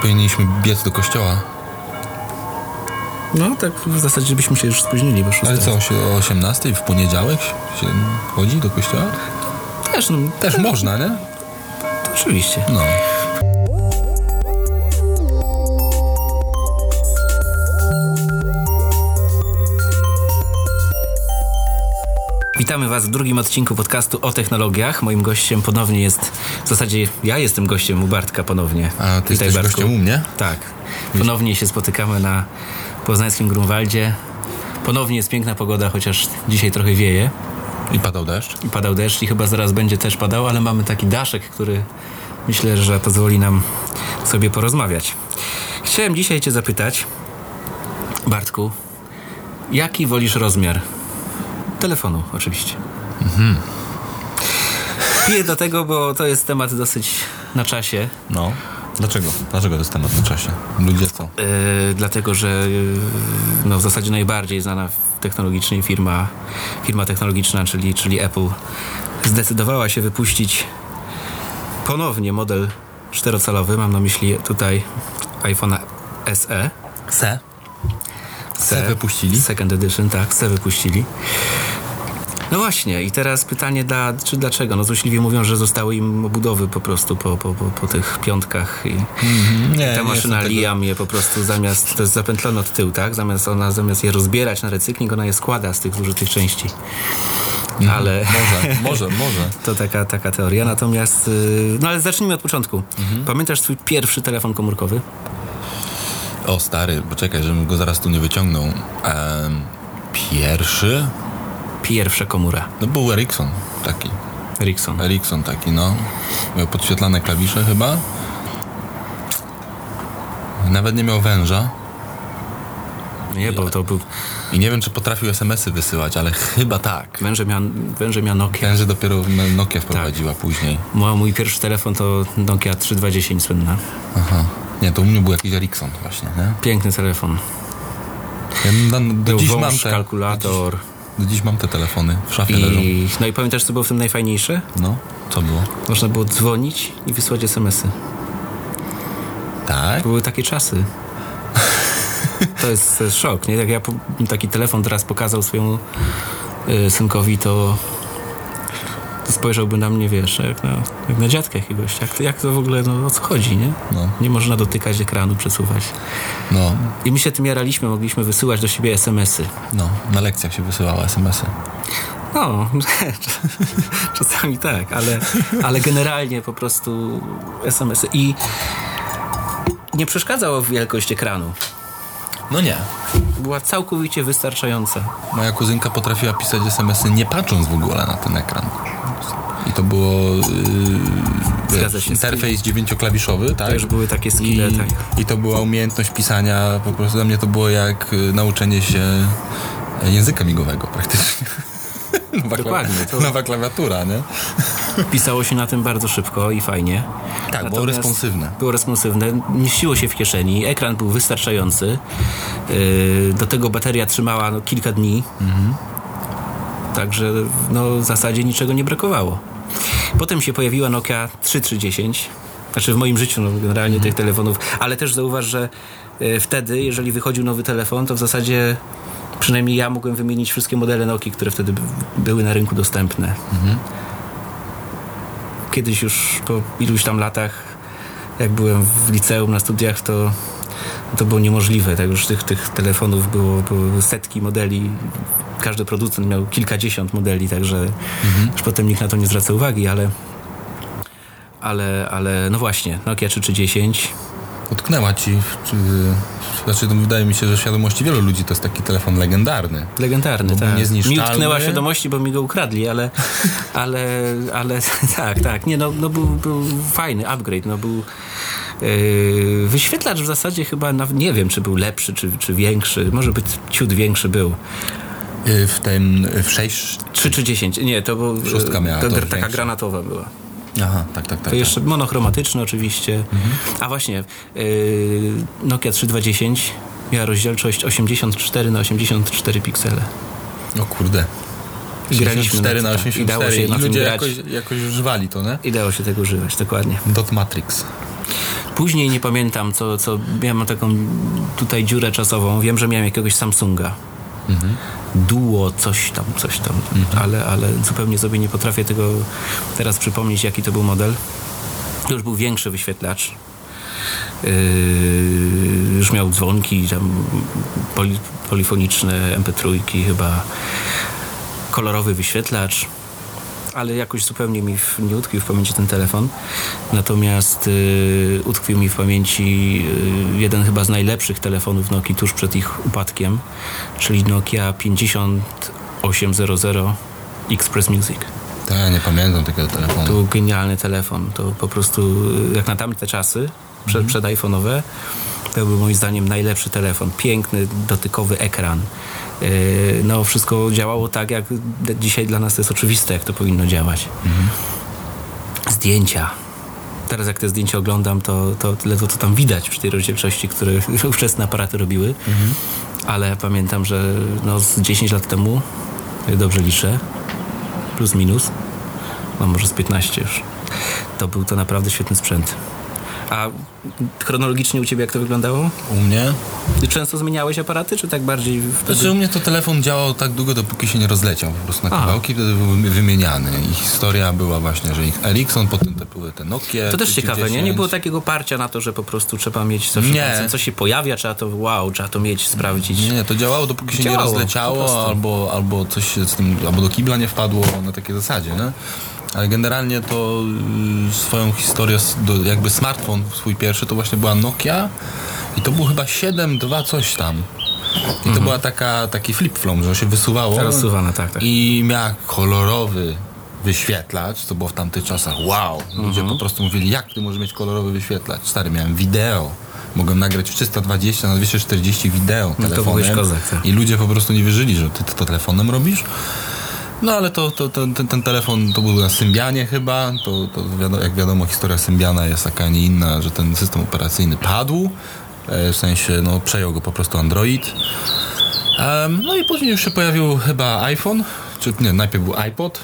powinniśmy biec do kościoła. No tak w zasadzie byśmy się już spóźnili, bo 6. Ale co, o 18 w poniedziałek się chodzi do kościoła? Też można, nie? To oczywiście. No. Witamy Was w drugim odcinku podcastu o technologiach. Moim gościem ponownie jest, w zasadzie ja jestem gościem u Bartka ponownie. A ty jesteś gościem u mnie? Tak. Ponownie się spotykamy na poznańskim Grunwaldzie. Ponownie jest piękna pogoda, chociaż dzisiaj trochę wieje. I padał deszcz? I padał deszcz i chyba zaraz będzie też padał, ale mamy taki daszek, który myślę, że pozwoli nam sobie porozmawiać. Chciałem dzisiaj Cię zapytać, Bartku, jaki wolisz rozmiar? Telefonu, oczywiście. Piję do tego, bo to jest temat dosyć na czasie. No. Dlaczego? Dlaczego to jest temat na czasie? Ludzie co? Dlatego, że w zasadzie najbardziej znana technologicznie firma technologiczna, czyli Apple, zdecydowała się wypuścić ponownie model 4-calowy. Mam na myśli tutaj iPhone'a SE. Se wypuścili? Second Edition, tak, Se wypuścili. No właśnie, i teraz pytanie, dlaczego? No złośliwie mówią, że zostały im obudowy po prostu po tych piątkach i ta maszyna Liam je po prostu to jest zapętlone od tyłu, tak? Zamiast je rozbierać na recykling, ona je składa z tych zużytych części. Ale Może. To taka teoria. Natomiast, ale zacznijmy od początku. Pamiętasz swój pierwszy telefon komórkowy? O stary, poczekaj, żebym go zaraz tu nie wyciągnął. Pierwsza komóra. No był Ericsson taki. Ericsson taki, no. Miał podświetlane klawisze chyba. Nawet nie miał węża. Nie, bo to był... I nie wiem, czy potrafił SMS-y wysyłać, ale chyba tak. Węże miał Nokia. Węże dopiero Nokia wprowadziła później. Mój pierwszy telefon to Nokia 3210 słynna. Aha. Nie, to u mnie był jakiś Ericsson właśnie, nie? Piękny telefon. Ja do dziś mam kalkulator. Do dziś mam te telefony, w szafie leżą. No i pamiętasz, co było w tym najfajniejsze? No, co było? Można było dzwonić i wysłać SMS-y. Tak? Były takie czasy. To jest szok, nie? Jak ja taki telefon teraz pokazał swojemu synkowi, to spojrzałby na mnie, wiesz, jak na dziadka jakiegoś. Jak to w ogóle, o co chodzi, nie? No. Nie można dotykać ekranu, przesuwać. No. I my się tym jaraliśmy, mogliśmy wysyłać do siebie SMS-y. No, na lekcjach się wysyłało SMS-y. No, czasami tak, ale generalnie po prostu SMS-y. I nie przeszkadzała wielkość ekranu. No nie. Była całkowicie wystarczająca. Moja kuzynka potrafiła pisać SMS-y nie patrząc w ogóle na ten ekran. I to było interfejs 9-klawiszowy, tak? To już były takie skille, tak. I to była umiejętność pisania, po prostu dla mnie to było jak nauczenie się języka migowego praktycznie. Dokładnie. Nowa klawiatura, nie? Pisało się na tym bardzo szybko i fajnie. Tak, było responsywne. Było responsywne, mieściło się w kieszeni, ekran był wystarczający. Do tego bateria trzymała kilka dni. Także w zasadzie niczego nie brakowało. Potem się pojawiła Nokia 3310. Znaczy w moim życiu generalnie tych telefonów, ale też zauważ, że wtedy, jeżeli wychodził nowy telefon, to w zasadzie przynajmniej ja mogłem wymienić wszystkie modele Nokii, które wtedy były na rynku dostępne. Kiedyś już po iluś tam latach, jak byłem w liceum na studiach, to było niemożliwe. Tak już tych telefonów były setki modeli. Każdy producent miał kilkadziesiąt modeli, także już potem nikt na to nie zwraca uwagi, ale no właśnie, Nokia 3310 utknęła ci, wydaje mi się, że w świadomości wielu ludzi to jest taki telefon legendarny. Legendarny, tak. Niezniszczalny. Mi utknęła w świadomości, bo mi go ukradli, ale tak. Nie, był fajny upgrade, był wyświetlacz w zasadzie chyba, nie wiem, czy był lepszy, czy większy, może być ciut większy był. W 6 3 czy 10, nie, to był szóstka miała to taka większe. granatowa była. Aha, tak. To jeszcze monochromatyczny oczywiście. A właśnie, Nokia 3210 miała rozdzielczość 84x84 piksele. O kurde. 84 na 84 i dało się i ludzie jakoś używali to, nie? I dało się tego używać, dokładnie. Dot Matrix. Później nie pamiętam, co miałem taką tutaj dziurę czasową. Wiem, że miałem jakiegoś Samsunga. Duo, coś tam. Ale zupełnie sobie nie potrafię tego teraz przypomnieć, jaki to był model. To już był większy wyświetlacz. Już miał dzwonki, tam polifoniczne, MP3 chyba, kolorowy wyświetlacz, ale jakoś zupełnie mi nie utkwił w pamięci ten telefon. Natomiast utkwił mi w pamięci jeden chyba z najlepszych telefonów Nokii tuż przed ich upadkiem, czyli Nokia 5800 Express Music. Tak, ja nie pamiętam tego telefonu. To był genialny telefon. To po prostu jak na tamte czasy, przed iPhone'owe, to był moim zdaniem najlepszy telefon. Piękny, dotykowy ekran. No wszystko działało tak, jak dzisiaj dla nas to jest oczywiste, jak to powinno działać. Zdjęcia. Teraz jak te zdjęcia oglądam, to ledwo co tam widać przy tej rozdzielczości, które ówczesne aparaty robiły. Ale pamiętam, że no z 10 lat temu, jak dobrze liczę, plus minus, no może z 15 już, to był to naprawdę świetny sprzęt. A chronologicznie u ciebie jak to wyglądało? U mnie? Ty często zmieniałeś aparaty, czy tak bardziej wtedy? Znaczy u mnie to telefon działał tak długo, dopóki się nie rozleciał po prostu na kawałki, wtedy był wymieniany. I historia była właśnie, że ich Ericsson, potem te były te Nokie. To też ciekawe, nie? Nie było takiego parcia na to, że po prostu trzeba mieć coś się pojawia, trzeba to mieć, sprawdzić. Nie, to działało, dopóki się nie rozleciało, albo coś się z tym, albo do kibla nie wpadło na takiej zasadzie, nie? Ale generalnie to swoją historię, jakby smartfon swój pierwszy, to właśnie była Nokia i to był chyba 7.2 coś tam. I to była taki flip-flop, że się wysuwało. Rozsuwana, tak. I miała kolorowy wyświetlacz, co było w tamtych czasach. Wow! Ludzie po prostu mówili, jak ty możesz mieć kolorowy wyświetlacz? Stary, miałem wideo. Mogłem nagrać w 320 na 240 wideo telefonem. To byłeś kozak, tak. I ludzie po prostu nie wierzyli, że ty to telefonem robisz. No ale ten telefon to był na Symbianie chyba, jak wiadomo historia Symbiana jest taka, a nie inna, że ten system operacyjny padł, w sensie no przejął go po prostu Android. No i później już się pojawił chyba iPhone, czy nie, najpierw był iPod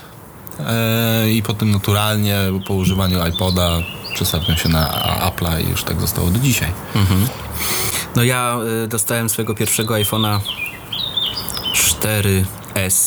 i potem naturalnie po używaniu iPoda przestawiłem się na Apple'a i już tak zostało do dzisiaj. No ja dostałem swojego pierwszego iPhone'a 4S.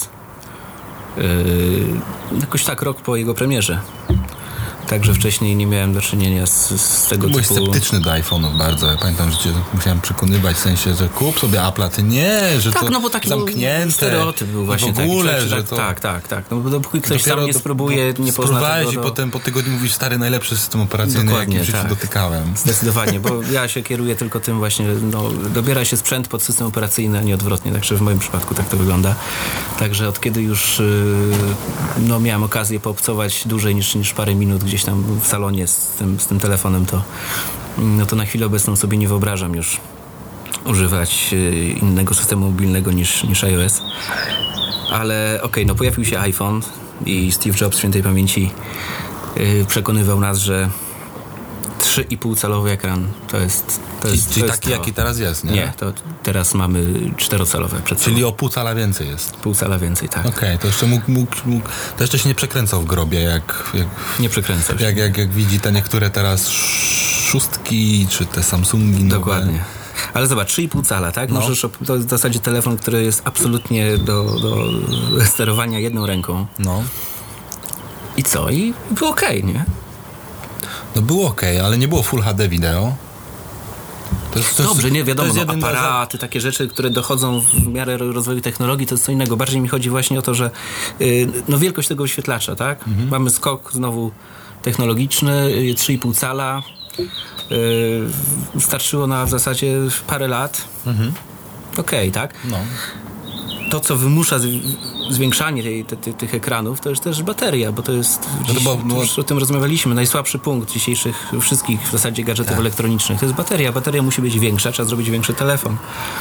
Jakoś tak rok po jego premierze. Także wcześniej nie miałem do czynienia z tego Byłeś typu... sceptyczny do iPhone'ów bardzo. Ja pamiętam, że cię musiałem przekonywać w sensie, że kup sobie Apple'a, ty nie, że tak, to no bo taki zamknięte. Stereotyp był właśnie w ogóle, taki. Że to... Tak. No bo dopóki ktoś sam nie spróbuje, nie pozna tego... i potem po tygodniu mówisz, stary, najlepszy system operacyjny, jaki w życiu dotykałem. Zdecydowanie, bo ja się kieruję tylko tym właśnie, no, dobiera się sprzęt pod system operacyjny, a nie odwrotnie. Także w moim przypadku tak to wygląda. Także od kiedy już no, miałem okazję poobcować dłużej niż parę minut gdzieś tam w salonie z tym telefonem, to na chwilę obecną sobie nie wyobrażam już używać innego systemu mobilnego niż iOS. Ale okej, no pojawił się iPhone i Steve Jobs świętej pamięci przekonywał nas, że 3,5-calowy ekran to jest Czyli taki, jaki teraz jest, nie? Nie, to teraz mamy 4-calowe przed sobą. Czyli o pół cala więcej jest. Pół cala więcej, tak. Okej, to jeszcze to jeszcze się nie przekręcał w grobie, jak nie przekręcał się. Jak widzi te niektóre teraz szóstki, czy te Samsungi nowe. Dokładnie. Ale zobacz, 3,5 cala, tak? No. To jest w zasadzie telefon, który jest absolutnie do sterowania jedną ręką. No. I co? I było okej, nie? No było okej, ale nie było Full HD wideo. Dobrze, nie wiadomo, aparaty, takie rzeczy, które dochodzą w miarę rozwoju technologii, to jest co innego. Bardziej mi chodzi właśnie o to, że no wielkość tego wyświetlacza, tak? Mamy skok znowu technologiczny, 3,5 cala. Starczyło na w zasadzie parę lat. Okej, tak? No. To, co wymusza zwiększanie tych ekranów, to jest też bateria, bo to jest, już o tym rozmawialiśmy, najsłabszy punkt dzisiejszych wszystkich w zasadzie gadżetów elektronicznych. To jest bateria. Bateria musi być większa, trzeba zrobić większy telefon.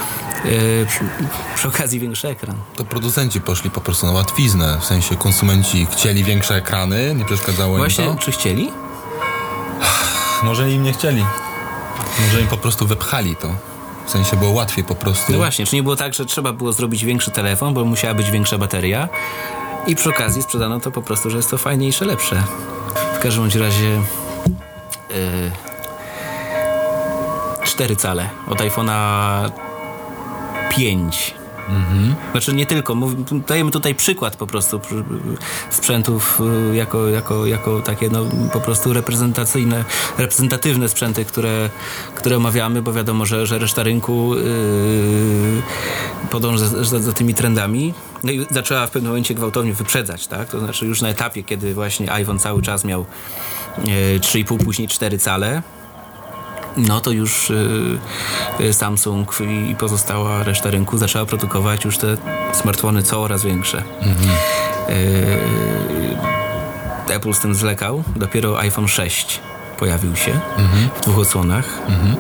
Przy okazji większy ekran. To producenci poszli po prostu na łatwiznę, w sensie konsumenci chcieli większe ekrany, nie przeszkadzało Właśnie, im to. czy chcieli? Może im nie chcieli. Może im po prostu wepchali to. W sensie było łatwiej po prostu. No właśnie, czy nie było tak, że trzeba było zrobić większy telefon, bo musiała być większa bateria i przy okazji sprzedano to po prostu, że jest to fajniejsze, lepsze. W każdym razie 4 cale od iPhone'a 5. Znaczy nie tylko, dajemy tutaj przykład po prostu sprzętów jako takie no po prostu reprezentatywne sprzęty, które omawiamy, bo wiadomo, że reszta rynku podąża za tymi trendami. No i zaczęła w pewnym momencie gwałtownie wyprzedzać, tak? To znaczy już na etapie, kiedy właśnie iPhone cały czas miał 3,5, później 4 cale, no to już Samsung i pozostała reszta rynku zaczęła produkować już te smartfony coraz większe. Apple z tym zwlekał. Dopiero iPhone 6 pojawił się w 2 odsłonach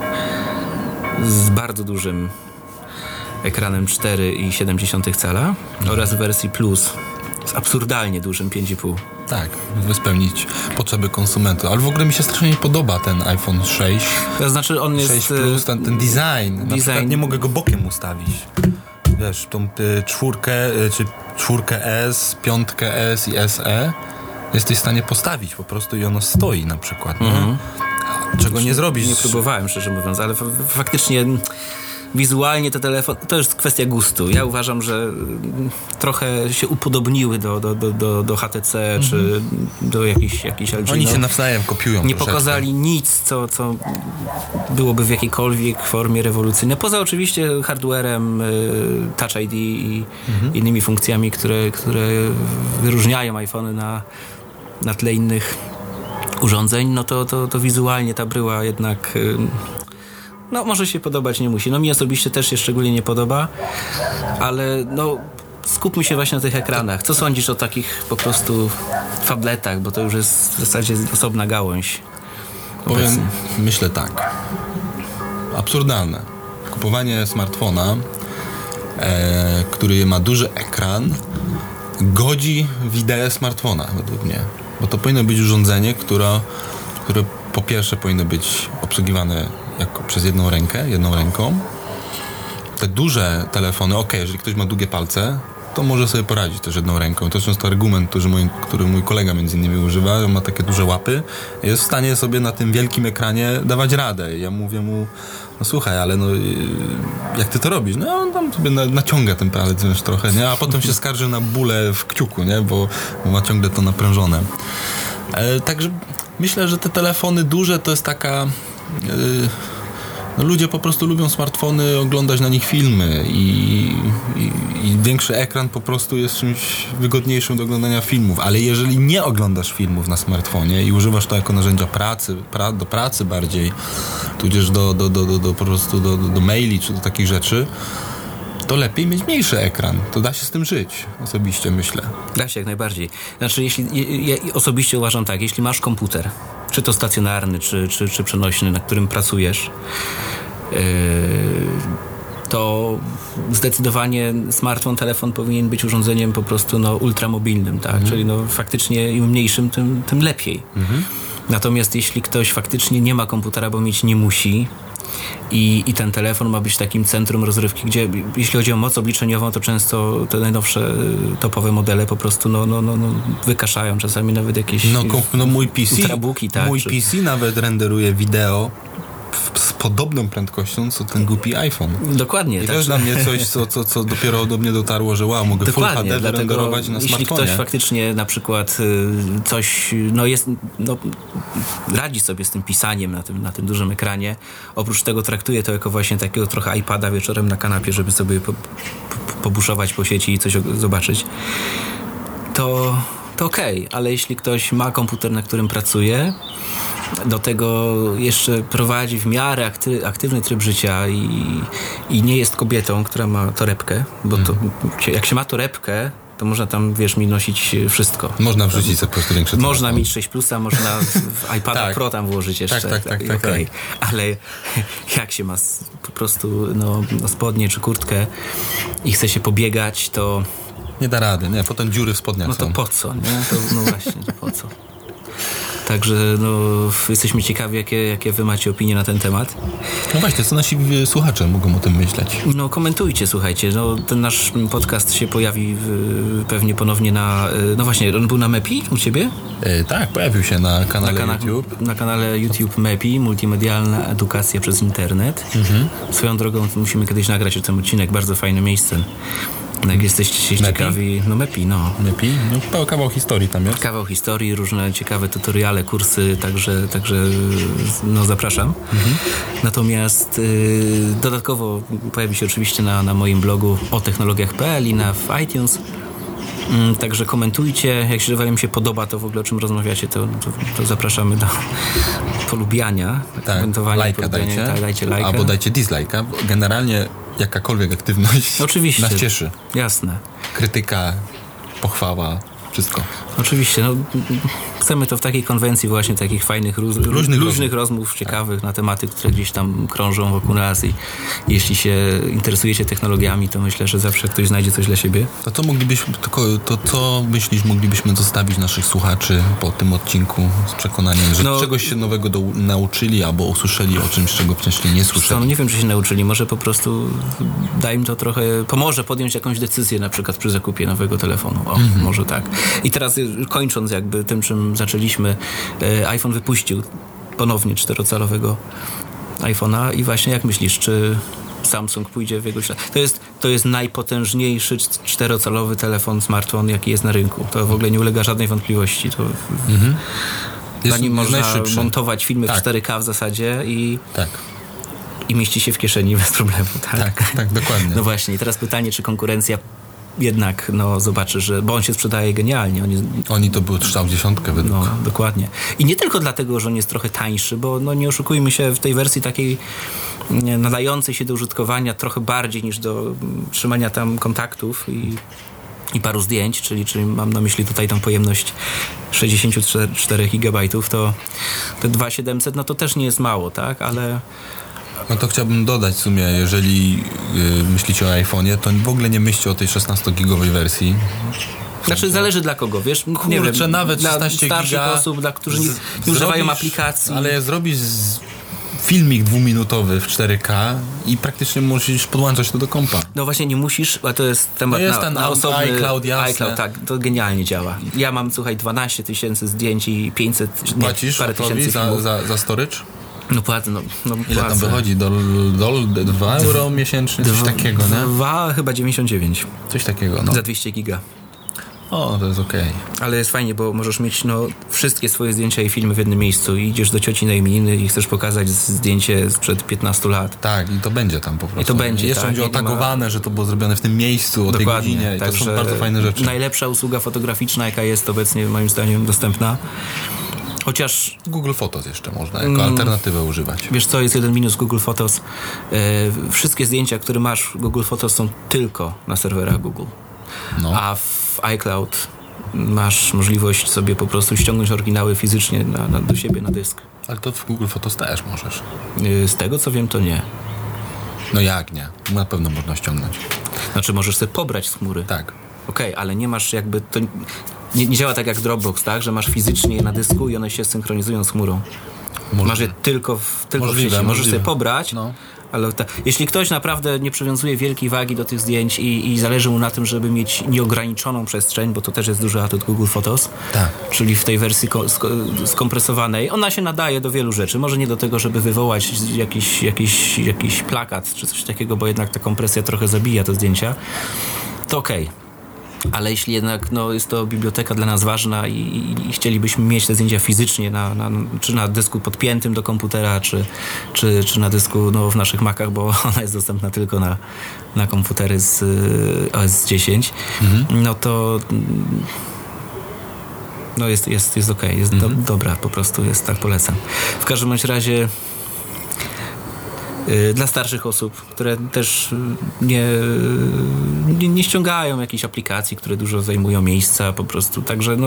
z bardzo dużym ekranem 4,7 cala oraz w wersji Plus z absurdalnie dużym 5,5. Tak, by spełnić potrzeby konsumenta. Ale w ogóle mi się strasznie nie podoba ten iPhone 6. To znaczy on 6 jest... Plus, ten design. Nie mogę go bokiem ustawić. Wiesz, tą 4, czy 4S, 5S i SE jesteś w stanie postawić po prostu i ono stoi na przykład. Czego nie zrobisz. Nie próbowałem, szczerze mówiąc, ale faktycznie... Wizualnie te telefony, to jest kwestia gustu. Ja uważam, że trochę się upodobniły do HTC czy do jakichś LG. Oni się nawzajem kopiują. Nie pokazali nic, co byłoby w jakiejkolwiek formie rewolucyjne. Poza oczywiście hardwarem, Touch ID i innymi funkcjami, które wyróżniają iPhony na tle innych urządzeń, no to wizualnie ta bryła jednak... No, może się podobać, nie musi. No, mi osobiście też się szczególnie nie podoba, ale no, skupmy się właśnie na tych ekranach. Co sądzisz o takich po prostu tabletach, bo to już jest w zasadzie osobna gałąź. Myślę tak. Absurdalne. Kupowanie smartfona, który ma duży ekran, godzi w ideę smartfona, według mnie. Bo to powinno być urządzenie, które po pierwsze powinno być obsługiwane przez jedną ręką. Te duże telefony, jeżeli ktoś ma długie palce, to może sobie poradzić też jedną ręką. To jest często argument, który mój kolega między innymi używa, że ma takie duże łapy, jest w stanie sobie na tym wielkim ekranie dawać radę. Ja mówię mu, no słuchaj, ale no jak ty to robisz? No on tam sobie naciąga ten palec wręcz trochę, nie? A potem się skarży na bóle w kciuku, nie? Bo ma ciągle to naprężone. Także myślę, że te telefony duże to jest taka... No ludzie po prostu lubią smartfony, oglądać na nich filmy i większy ekran po prostu jest czymś wygodniejszym do oglądania filmów, ale jeżeli nie oglądasz filmów na smartfonie i używasz to jako narzędzia pracy, do pracy bardziej, tudzież po prostu do maili czy do takich rzeczy, to lepiej mieć mniejszy ekran. To da się z tym żyć, osobiście myślę. Da się jak najbardziej. Znaczy, ja osobiście uważam tak, jeśli masz komputer, czy to stacjonarny, czy przenośny, na którym pracujesz, to zdecydowanie smartfon, telefon powinien być urządzeniem po prostu ultramobilnym, tak? Czyli faktycznie im mniejszym, tym lepiej. Natomiast jeśli ktoś faktycznie nie ma komputera, bo mieć nie musi, i ten telefon ma być takim centrum rozrywki, gdzie jeśli chodzi o moc obliczeniową, to często te najnowsze topowe modele po prostu wykaszają czasami nawet jakieś mój PC, ultrabooki, tak? PC nawet renderuje wideo z podobną prędkością, co ten głupi iPhone. Dokładnie. I to jest dla mnie coś, co dopiero do mnie dotarło, że mogę Full HD renderować na smartfonie. Jeśli ktoś faktycznie na przykład coś, radzi sobie z tym pisaniem na tym dużym ekranie, oprócz tego traktuje to jako właśnie takiego trochę iPada wieczorem na kanapie, żeby sobie pobuszować po sieci i coś zobaczyć, to okej, ale jeśli ktoś ma komputer, na którym pracuje, do tego jeszcze prowadzi w miarę aktywny tryb życia i nie jest kobietą, która ma torebkę, bo jak się ma torebkę, to można tam, mi nosić wszystko. Można wrzucić sobie po prostu większe telefon. Można mieć 6 plusa, można w iPada tak. Pro tam włożyć jeszcze. Tak. Ale jak się ma po prostu spodnie czy kurtkę i chce się pobiegać, to... Nie da rady, potem dziury w spodniach są. No to po co, nie? Właśnie, to po co? Także no, jesteśmy ciekawi, jakie wy macie opinie na ten temat. No właśnie, co nasi słuchacze mogą o tym myśleć? No komentujcie, słuchajcie, no ten nasz podcast się pojawi pewnie ponownie na, no właśnie, on był na MEPI u ciebie? Tak, pojawił się na kanale YouTube. Na kanale YouTube MEPI, Multimedialna Edukacja przez Internet. Swoją drogą musimy kiedyś nagrać o tym odcinek, bardzo fajne miejsce. Jak jesteście ciekawi, no MEPI, no. MEPI? No kawał historii tam jest. Kawał historii, różne ciekawe tutoriale, kursy, także no zapraszam. Natomiast dodatkowo pojawi się oczywiście na moim blogu o technologiach.pl i w iTunes. Także komentujcie, jak wam się podoba, to w ogóle o czym rozmawiacie, to zapraszamy do polubiania, komentowania, lajka dajcie. Tak, dajcie lajka. Albo dajcie dislike'a. Generalnie jakakolwiek aktywność oczywiście nas cieszy. Jasne. Krytyka, pochwała, wszystko. Oczywiście, no chcemy to w takiej konwencji właśnie takich fajnych, różnych rozmów ciekawych na tematy, które gdzieś tam krążą wokół nas i jeśli się interesujecie technologiami, to myślę, że zawsze ktoś znajdzie coś dla siebie. To co myślisz, moglibyśmy zostawić naszych słuchaczy po tym odcinku z przekonaniem, że czegoś się nowego nauczyli albo usłyszeli o czymś, czego wcześniej nie słyszeli? No nie wiem, czy się nauczyli, może po prostu da im to trochę, pomoże podjąć jakąś decyzję, na przykład przy zakupie nowego telefonu. Może tak. I teraz kończąc jakby tym, czym zaczęliśmy, iPhone wypuścił ponownie 4-calowego iPhone'a i właśnie jak myślisz, czy Samsung pójdzie w jego ślad? To jest najpotężniejszy 4-calowy telefon, smartfon, jaki jest na rynku. To w ogóle nie ulega żadnej wątpliwości. To na nim można montować filmy w 4K w zasadzie i mieści się w kieszeni bez problemu. Tak, dokładnie. No właśnie, i teraz pytanie, czy konkurencja jednak zobaczy, że bo on się sprzedaje genialnie. Oni to był kształt 10 według. No, dokładnie. I nie tylko dlatego, że on jest trochę tańszy, bo nie oszukujmy się, w tej wersji takiej nadającej się do użytkowania trochę bardziej niż do trzymania tam kontaktów i paru zdjęć, czyli mam na myśli tutaj tą pojemność 64 GB, to te 2700, no to też nie jest mało, tak? Ale no to chciałbym dodać w sumie, jeżeli myślicie o iPhone'ie, to w ogóle nie myślcie o tej 16-gigowej wersji. Znaczy zależy dla kogo, wiesz? Nie wiem, nawet 16 dla starszych osób, dla którzy nie używają aplikacji. Ale zrobisz filmik 2-minutowy w 4K i praktycznie musisz podłączać to do kompa. No właśnie nie musisz, a to jest temat na osobny iCloud, jasne. iCloud, tak, to genialnie działa. Ja mam, słuchaj, 12 000 zdjęć i 500, płacisz parę tysięcy filmów. za storage? No płacę, Ile tam wychodzi? 2 euro miesięcznie? Coś takiego, nie? Chyba 99. Coś takiego, no. Za 200 giga. O, to jest okej. Ale jest fajnie, bo możesz mieć wszystkie swoje zdjęcia i filmy w jednym miejscu i idziesz do cioci na imieniny i chcesz pokazać zdjęcie sprzed 15 lat. Tak, i to będzie tam po prostu. I to będzie, jeszcze będzie otagowane, że to było zrobione w tym miejscu, o tej godzinie. Tak, to są bardzo fajne rzeczy. Najlepsza usługa fotograficzna, jaka jest obecnie moim zdaniem dostępna. Chociaż Google Photos jeszcze można jako alternatywę używać. Wiesz co, jest jeden minus Google Photos. Wszystkie zdjęcia, które masz w Google Photos są tylko na serwerach Google. A w iCloud masz możliwość sobie po prostu ściągnąć oryginały fizycznie do siebie na dysk. Ale to w Google Photos też możesz. Z tego co wiem, to nie. No jak nie? Na pewno można ściągnąć. Znaczy możesz sobie pobrać z chmury. Tak. Okej, ale nie masz jakby... To nie działa tak jak Dropbox, tak? Że masz fizycznie je na dysku i one się synchronizują z chmurą. Masz je tylko w sieci. Możesz sobie pobrać, ale jeśli ktoś naprawdę nie przywiązuje wielkiej wagi do tych zdjęć i zależy mu na tym, żeby mieć nieograniczoną przestrzeń, bo to też jest duży atut Google Photos, czyli w tej wersji skompresowanej, ona się nadaje do wielu rzeczy. Może nie do tego, żeby wywołać jakiś plakat czy coś takiego, bo jednak ta kompresja trochę zabija te zdjęcia. To okej. Ale jeśli jednak jest to biblioteka dla nas ważna i chcielibyśmy mieć te zdjęcia fizycznie czy na dysku podpiętym do komputera, czy na dysku w naszych Macach, bo ona jest dostępna tylko na komputery z OS 10, to jest okej, jest dobra, po prostu jest, tak polecam. W każdym bądź razie dla starszych osób, które też nie ściągają jakichś aplikacji, które dużo zajmują miejsca po prostu, także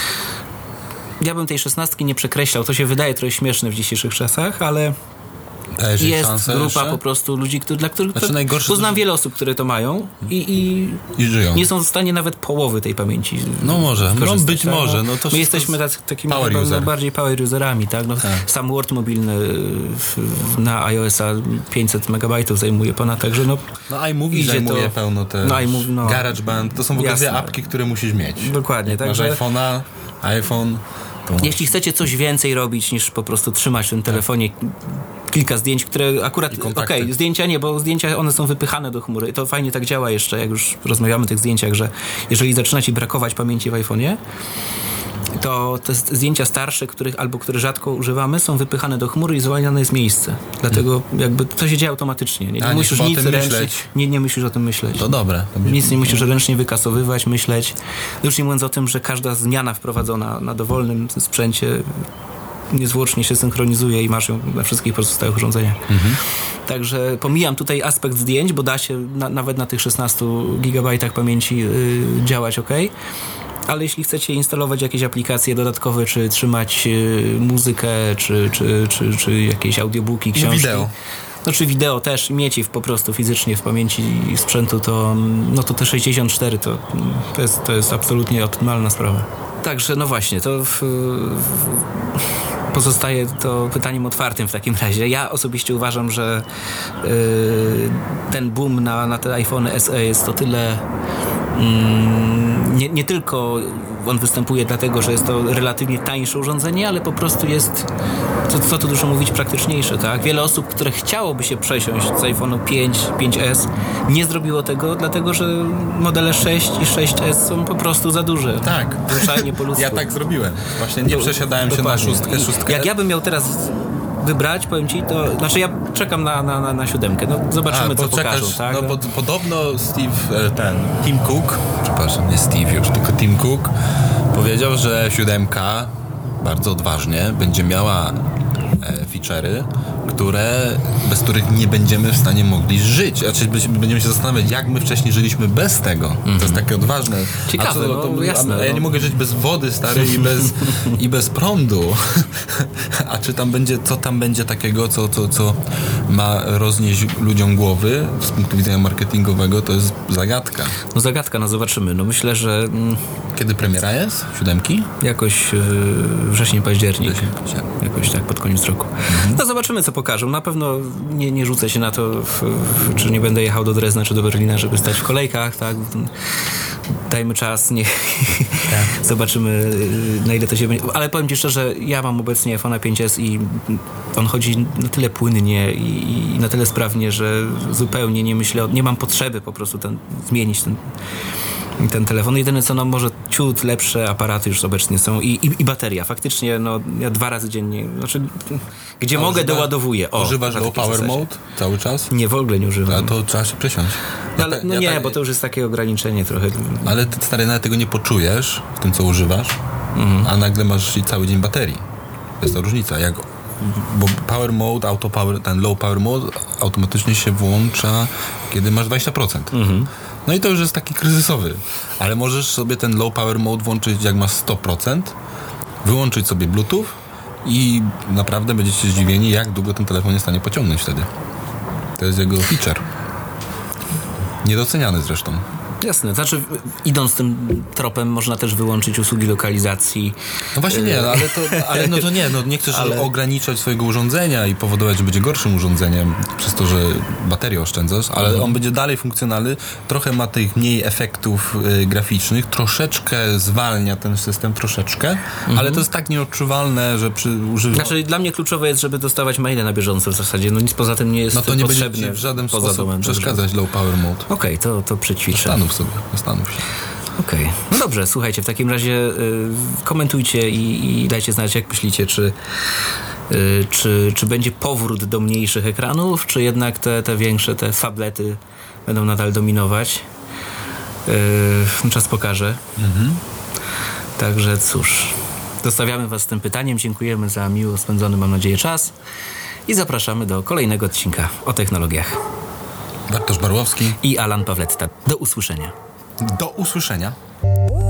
ja bym tej 16 nie przekreślał, to się wydaje trochę śmieszne w dzisiejszych czasach, ale Dajesz jest szansę grupa jeszcze? po prostu ludzi, dla których najgorsze tu znam to, że... wiele osób, które to mają i żyją. nie są w stanie nawet połowy tej pamięci No może, no być tak? może. No to my jesteśmy takimi bardziej power userami, tak? No, tak. Sam Word mobilny na iOS-a 500 megabajtów zajmuje ponad, także no iMovie zajmuje pełno też. GarageBand, to są w ogóle dwie apki, które musisz mieć. Dokładnie. Masz iPhone'a, iPhone... Jeśli chcecie coś więcej robić niż po prostu trzymać w tym telefonie kilka zdjęć, które akurat, zdjęcia nie, bo zdjęcia one są wypychane do chmury i to fajnie tak działa jeszcze, jak już rozmawiamy o tych zdjęciach, że jeżeli zaczyna ci brakować pamięci w iPhone'ie, to te zdjęcia starsze, które rzadko używamy, są wypychane do chmury i zwalniane jest miejsce. Dlatego jakby to się dzieje automatycznie. Nie musisz nic ręcznie, nie musisz o tym myśleć. To dobre. Nic nie musisz ręcznie wykasowywać, myśleć. Już nie mówiąc o tym, że każda zmiana wprowadzona na dowolnym sprzęcie niezwłocznie się synchronizuje i masz ją na wszystkich pozostałych urządzeniach. Także pomijam tutaj aspekt zdjęć, bo da się nawet na tych 16 gigabajtach pamięci działać ok. Ale jeśli chcecie instalować jakieś aplikacje dodatkowe, czy trzymać muzykę, czy jakieś audiobooki, książki. Wideo. No czy wideo też, mieć po prostu fizycznie w pamięci sprzętu, to te 64 to jest absolutnie optymalna sprawa. Także no właśnie, to pozostaje to pytaniem otwartym w takim razie. Ja osobiście uważam, że ten boom na te iPhony SE jest to tyle... Nie tylko on występuje dlatego, że jest to relatywnie tańsze urządzenie, ale po prostu jest, co tu dużo mówić, praktyczniejsze, tak? Wiele osób, które chciałoby się przesiąść z iPhone'u 5, 5S, nie zrobiło tego, dlatego że modele 6 i 6S są po prostu za duże. Tak. Zwyczajnie po ludzku. Ja tak zrobiłem. Właśnie nie przesiadałem się na szóstkę. Jak ja bym miał teraz wybrać, powiem ci, to znaczy ja czekam na 7. No zobaczymy, co pokażą, tak? No podobno Tim Cook, przepraszam, nie Steve już, tylko Tim Cook powiedział, że 7 bardzo odważnie będzie miała feature'y, bez których nie będziemy w stanie mogli żyć. Znaczy będziemy się zastanawiać, jak my wcześniej żyliśmy bez tego. To jest takie odważne. Ciekawe, jasne. Ja nie mogę żyć bez wody, stary, i bez prądu. A co tam będzie takiego, co ma roznieść ludziom głowy z punktu widzenia marketingowego, to jest zagadka. No zagadka, zobaczymy. No myślę, że... Kiedy premiera jest? 7? Jakoś wrzesień, październik. Jakoś tak, pod koniec roku. No zobaczymy, co pokażą. Na pewno nie rzucę się na to, czy nie będę jechał do Drezna, czy do Berlina, żeby stać w kolejkach, tak? Dajmy czas, zobaczymy, na ile to się będzie. Ale powiem ci szczerze, ja mam obecnie iPhone'a 5S i on chodzi na tyle płynnie i na tyle sprawnie, że zupełnie nie myślę, nie mam potrzeby po prostu zmienić ten telefon. Jedyne co, może ciut lepsze aparaty już obecnie są i bateria. Faktycznie, ja 2 razy dziennie, gdzie mogę, doładowuję. Używasz low power mode cały czas? Nie, w ogóle nie używam. A to trzeba się przesiąść. Bo to już jest takie ograniczenie trochę. Ale ty, stary, nawet tego nie poczujesz w tym, co używasz, a nagle masz i cały dzień baterii. To jest ta różnica. Bo power mode, auto power, ten low power mode automatycznie się włącza, kiedy masz 20%. No i to już jest taki kryzysowy. Ale możesz sobie ten low power mode włączyć, jak masz 100%, wyłączyć sobie Bluetooth i naprawdę będziecie zdziwieni, jak długo ten telefon jest w stanie pociągnąć wtedy. To jest jego feature. Niedoceniany zresztą. Jasne, znaczy idąc tym tropem można też wyłączyć usługi lokalizacji. No właśnie nie, nie chcesz ograniczać swojego urządzenia i powodować, że będzie gorszym urządzeniem przez to, że baterię oszczędzasz, ale on będzie dalej funkcjonalny, trochę ma tych mniej efektów graficznych, troszeczkę zwalnia ten system, ale to jest tak nieodczuwalne, że przy używaniu... Znaczy dla mnie kluczowe jest, żeby dostawać maile na bieżąco w zasadzie, nic poza tym nie jest potrzebne. No to nie będzie ci w żaden sposób przeszkadzać low power mode. Okej, to przećwiczę. Zastanów się. Okej. No dobrze, słuchajcie, w takim razie komentujcie i dajcie znać, jak myślicie, czy będzie powrót do mniejszych ekranów, czy jednak te większe, te fablety będą nadal dominować. Czas pokaże. Także cóż, zostawiamy was z tym pytaniem, dziękujemy za miło spędzony, mam nadzieję, czas i zapraszamy do kolejnego odcinka o technologiach. Bartosz Barłowski i Alan Pawletta. Do usłyszenia. Do usłyszenia.